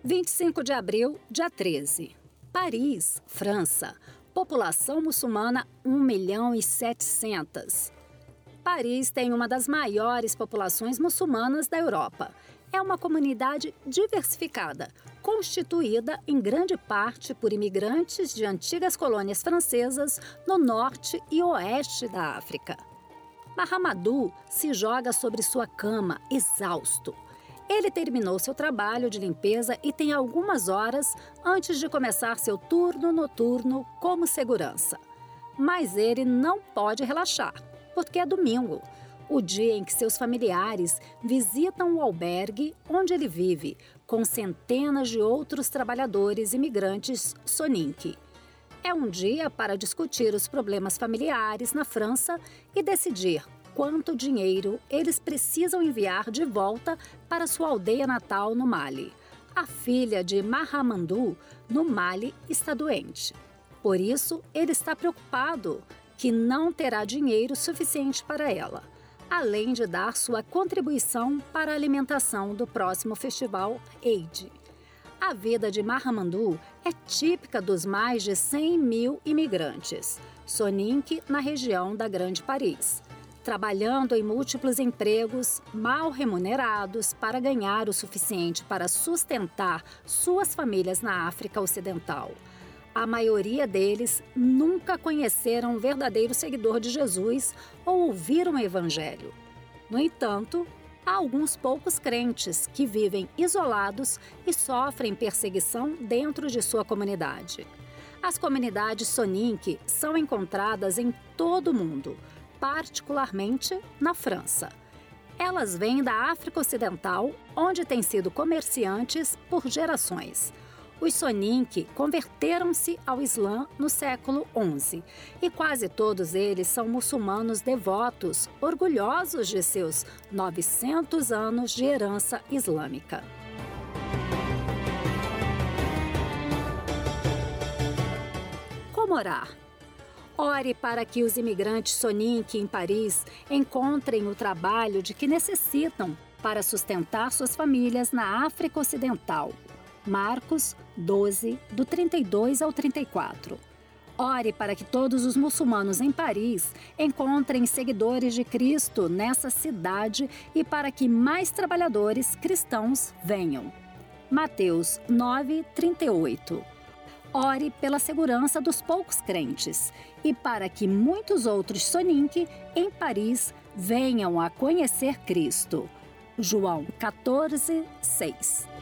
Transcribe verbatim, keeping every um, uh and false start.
vinte e cinco de abril, dia treze. Paris, França. População muçulmana um milhão e setecentos. Paris tem uma das maiores populações muçulmanas da Europa. É uma comunidade diversificada, constituída em grande parte por imigrantes de antigas colônias francesas no norte e oeste da África. Mahamadou se joga sobre sua cama, exausto. Ele terminou seu trabalho de limpeza e tem algumas horas antes de começar seu turno noturno como segurança. Mas ele não pode relaxar, porque é domingo, o dia em que seus familiares visitam o albergue onde ele vive, com centenas de outros trabalhadores imigrantes soninke. É um dia para discutir os problemas familiares na França e decidir quanto dinheiro eles precisam enviar de volta para sua aldeia natal no Mali. A filha de Mahamadou, no Mali, está doente. Por isso, ele está preocupado que não terá dinheiro suficiente para ela, além de dar sua contribuição para a alimentação do próximo festival Eid. A vida de Mahamadou é típica dos mais de cem mil imigrantes soninke na região da Grande Paris, trabalhando em múltiplos empregos mal remunerados para ganhar o suficiente para sustentar suas famílias na África Ocidental. A maioria deles nunca conheceram um verdadeiro seguidor de Jesus ou ouviram o Evangelho. No entanto, há alguns poucos crentes que vivem isolados e sofrem perseguição dentro de sua comunidade. As comunidades soninke são encontradas em todo o mundo, particularmente na França. Elas vêm da África Ocidental, onde têm sido comerciantes por gerações. Os soninke converteram-se ao Islã no século onze e quase todos eles são muçulmanos devotos, orgulhosos de seus novecentos anos de herança islâmica. Como orar? Ore para que os imigrantes soninke em Paris encontrem o trabalho de que necessitam para sustentar suas famílias na África Ocidental. Marcos doze, do trinta e dois ao trinta e quatro. Ore para que todos os muçulmanos em Paris encontrem seguidores de Cristo nessa cidade e para que mais trabalhadores cristãos venham. Mateus nove, trinta e oito. Ore pela segurança dos poucos crentes e para que muitos outros soninke em Paris venham a conhecer Cristo. João quatorze, seis.